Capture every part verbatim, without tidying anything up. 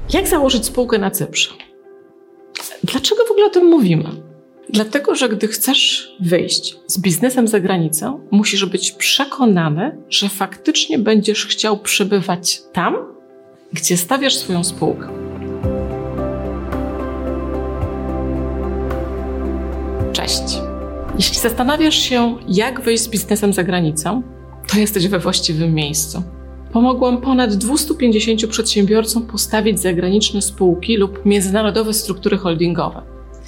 Jak założyć spółkę na Cyprze? Dlaczego w ogóle o tym mówimy? Dlatego, że gdy chcesz wyjść z biznesem za granicę, musisz być przekonany, że faktycznie będziesz chciał przebywać tam, gdzie stawiasz swoją spółkę. Cześć! Jeśli zastanawiasz się, jak wyjść z biznesem za granicę, to jesteś we właściwym miejscu. Pomogłam ponad dwieście pięćdziesięciu przedsiębiorcom postawić zagraniczne spółki lub międzynarodowe struktury holdingowe.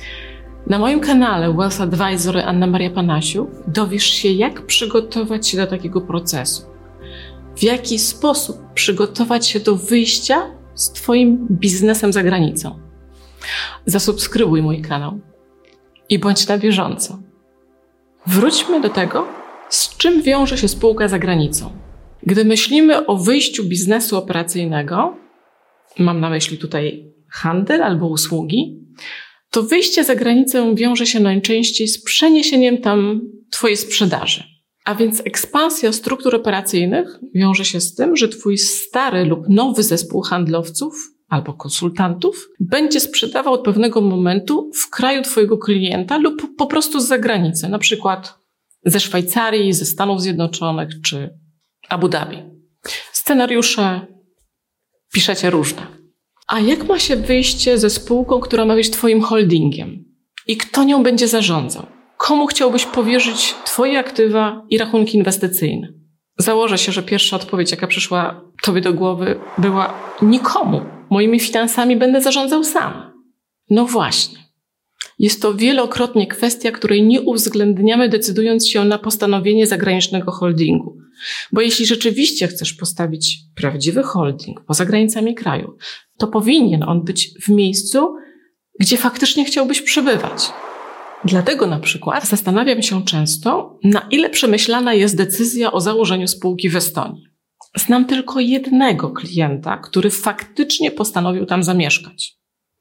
Na moim kanale Wealth Advisor Anna Maria Panasiuk dowiesz się, jak przygotować się do takiego procesu. W jaki sposób przygotować się do wyjścia z Twoim biznesem za granicą. Zasubskrybuj mój kanał i bądź na bieżąco. Wróćmy do tego, z czym wiąże się spółka za granicą. Gdy myślimy o wyjściu biznesu operacyjnego, mam na myśli tutaj handel albo usługi, to wyjście za granicę wiąże się najczęściej z przeniesieniem tam Twojej sprzedaży. A więc ekspansja struktur operacyjnych wiąże się z tym, że Twój stary lub nowy zespół handlowców albo konsultantów będzie sprzedawał od pewnego momentu w kraju Twojego klienta lub po prostu z zagranicy, na przykład ze Szwajcarii, ze Stanów Zjednoczonych czy Abu Dhabi. Scenariusze piszecie różne. A jak ma się wyjście ze spółką, która ma być Twoim holdingiem? I kto nią będzie zarządzał? Komu chciałbyś powierzyć Twoje aktywa i rachunki inwestycyjne? Założę się, że pierwsza odpowiedź, jaka przyszła Tobie do głowy, była nikomu. Moimi finansami będę zarządzał sam. No właśnie. Jest to wielokrotnie kwestia, której nie uwzględniamy, decydując się na postanowienie zagranicznego holdingu. Bo jeśli rzeczywiście chcesz postawić prawdziwy holding poza granicami kraju, to powinien on być w miejscu, gdzie faktycznie chciałbyś przebywać. Dlatego na przykład zastanawiam się często, na ile przemyślana jest decyzja o założeniu spółki w Estonii. Znam tylko jednego klienta, który faktycznie postanowił tam zamieszkać.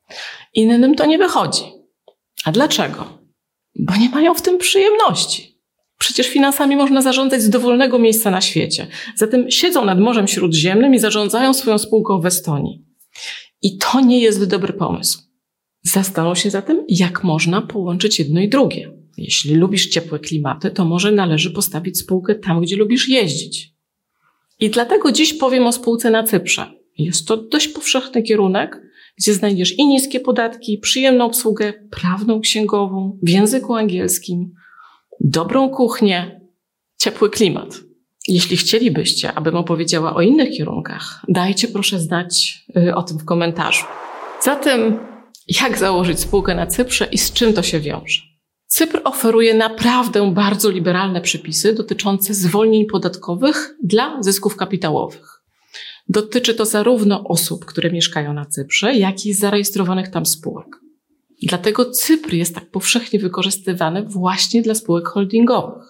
Innym to nie wychodzi. A dlaczego? Bo nie mają w tym przyjemności. Przecież finansami można zarządzać z dowolnego miejsca na świecie. Zatem siedzą nad Morzem Śródziemnym i zarządzają swoją spółką w Estonii. I to nie jest dobry pomysł. Zastanów się zatem, jak można połączyć jedno i drugie. Jeśli lubisz ciepłe klimaty, to może należy postawić spółkę tam, gdzie lubisz jeździć. I dlatego dziś powiem o spółce na Cyprze. Jest to dość powszechny kierunek, gdzie znajdziesz i niskie podatki, przyjemną obsługę prawną, księgową, w języku angielskim, dobrą kuchnię, ciepły klimat. Jeśli chcielibyście, abym opowiedziała o innych kierunkach, dajcie proszę znać o tym w komentarzu. Zatem, jak założyć spółkę na Cyprze i z czym to się wiąże? Cypr oferuje naprawdę bardzo liberalne przepisy dotyczące zwolnień podatkowych dla zysków kapitałowych. Dotyczy to zarówno osób, które mieszkają na Cyprze, jak i zarejestrowanych tam spółek. Dlatego Cypr jest tak powszechnie wykorzystywany właśnie dla spółek holdingowych.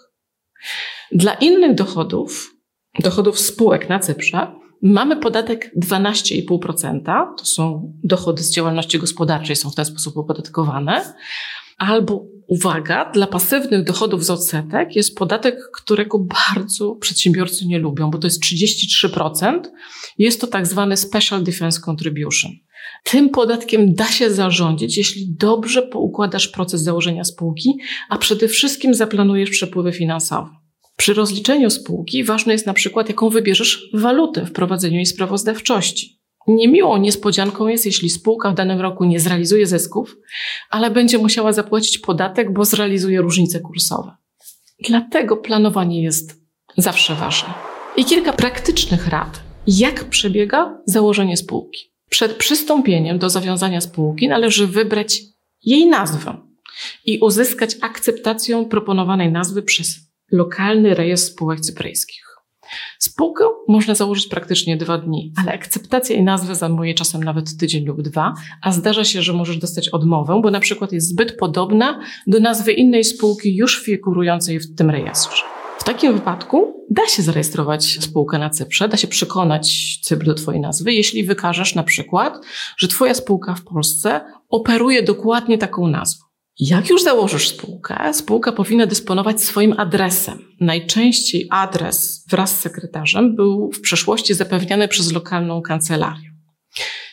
Dla innych dochodów, dochodów spółek na Cyprze, mamy podatek dwanaście i pół procent. To są dochody z działalności gospodarczej, są w ten sposób opodatkowane. Albo, uwaga, dla pasywnych dochodów z odsetek jest podatek, którego bardzo przedsiębiorcy nie lubią, bo to jest trzydzieści trzy procent. Jest to tak zwany Special Defense Contribution. Tym podatkiem da się zarządzić, jeśli dobrze poukładasz proces założenia spółki, a przede wszystkim zaplanujesz przepływy finansowe. Przy rozliczeniu spółki ważne jest na przykład, jaką wybierzesz walutę w prowadzeniu jej sprawozdawczości. Niemiłą niespodzianką jest, jeśli spółka w danym roku nie zrealizuje zysków, ale będzie musiała zapłacić podatek, bo zrealizuje różnice kursowe. Dlatego planowanie jest zawsze ważne. I kilka praktycznych rad, jak przebiega założenie spółki. Przed przystąpieniem do zawiązania spółki należy wybrać jej nazwę i uzyskać akceptację proponowanej nazwy przez lokalny rejestr spółek cypryjskich. Spółkę można założyć praktycznie dwa dni, ale akceptacja jej nazwy zajmuje czasem nawet tydzień lub dwa, a zdarza się, że możesz dostać odmowę, bo na przykład jest zbyt podobna do nazwy innej spółki już figurującej w tym rejestrze. W takim wypadku da się zarejestrować spółkę na Cyprze, da się przekonać Cypr do Twojej nazwy, jeśli wykażesz na przykład, że Twoja spółka w Polsce operuje dokładnie taką nazwą. Jak już założysz spółkę, spółka powinna dysponować swoim adresem. Najczęściej adres wraz z sekretarzem był w przeszłości zapewniany przez lokalną kancelarię.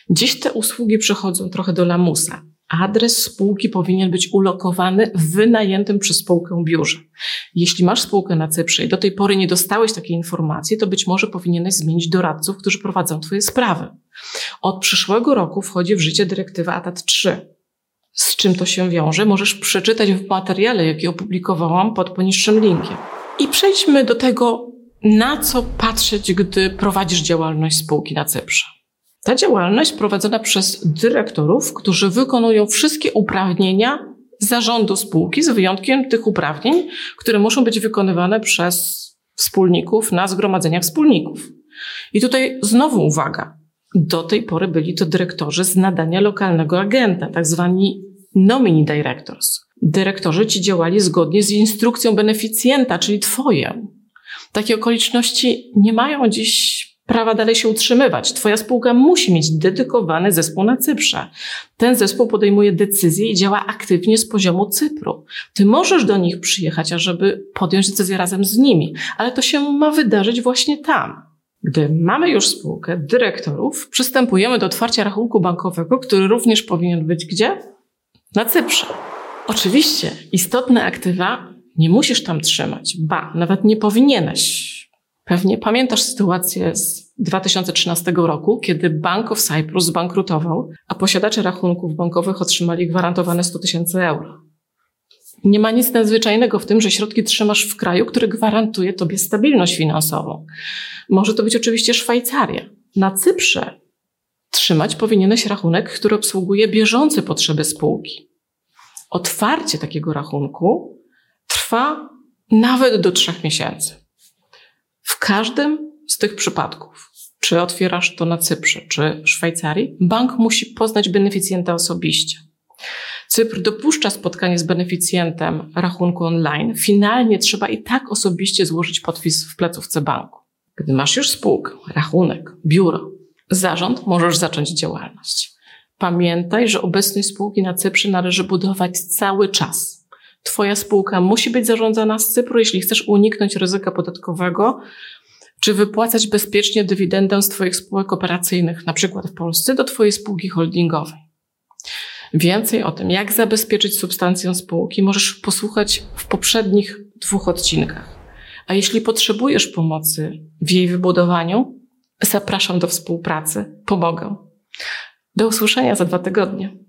Dziś te usługi przechodzą trochę do lamusa. Adres spółki powinien być ulokowany w wynajętym przez spółkę biurze. Jeśli masz spółkę na Cyprze i do tej pory nie dostałeś takiej informacji, to być może powinieneś zmienić doradców, którzy prowadzą twoje sprawy. Od przyszłego roku wchodzi w życie dyrektywa A T A D trzy. Z czym to się wiąże, możesz przeczytać w materiale, jaki opublikowałam pod poniższym linkiem. I przejdźmy do tego, na co patrzeć, gdy prowadzisz działalność spółki na Cyprze. Ta działalność prowadzona przez dyrektorów, którzy wykonują wszystkie uprawnienia zarządu spółki, z wyjątkiem tych uprawnień, które muszą być wykonywane przez wspólników na zgromadzeniach wspólników. I tutaj znowu uwaga. Do tej pory byli to dyrektorzy z nadania lokalnego agenta, tak zwani nominee directors. Dyrektorzy ci działali zgodnie z instrukcją beneficjenta, czyli twoją. Takie okoliczności nie mają dziś prawa dalej się utrzymywać. Twoja spółka musi mieć dedykowany zespół na Cyprze. Ten zespół podejmuje decyzje i działa aktywnie z poziomu Cypru. Ty możesz do nich przyjechać, ażeby podjąć decyzję razem z nimi, ale to się ma wydarzyć właśnie tam. Gdy mamy już spółkę dyrektorów, przystępujemy do otwarcia rachunku bankowego, który również powinien być gdzie? Na Cyprze. Oczywiście istotne aktywa nie musisz tam trzymać, ba, nawet nie powinieneś. Pewnie pamiętasz sytuację z dwa tysiące trzynastego roku, kiedy Bank of Cyprus zbankrutował, a posiadacze rachunków bankowych otrzymali gwarantowane sto tysięcy euro. Nie ma nic nadzwyczajnego w tym, że środki trzymasz w kraju, który gwarantuje tobie stabilność finansową. Może to być oczywiście Szwajcaria. Na Cyprze trzymać powinieneś rachunek, który obsługuje bieżące potrzeby spółki. Otwarcie takiego rachunku trwa nawet do trzech miesięcy. W każdym z tych przypadków, czy otwierasz to na Cyprze, czy w Szwajcarii, bank musi poznać beneficjenta osobiście. Cypr dopuszcza spotkanie z beneficjentem rachunku online. Finalnie trzeba i tak osobiście złożyć podpis w placówce banku. Gdy masz już spółkę, rachunek, biuro, zarząd, możesz zacząć działalność. Pamiętaj, że obecność spółki na Cyprze należy budować cały czas. Twoja spółka musi być zarządzana z Cypru, jeśli chcesz uniknąć ryzyka podatkowego, czy wypłacać bezpiecznie dywidendę z twoich spółek operacyjnych, na przykład w Polsce, do twojej spółki holdingowej. Więcej o tym, jak zabezpieczyć substancję spółki, możesz posłuchać w poprzednich dwóch odcinkach. A jeśli potrzebujesz pomocy w jej wybudowaniu, zapraszam do współpracy. Pomogę. Do usłyszenia za dwa tygodnie.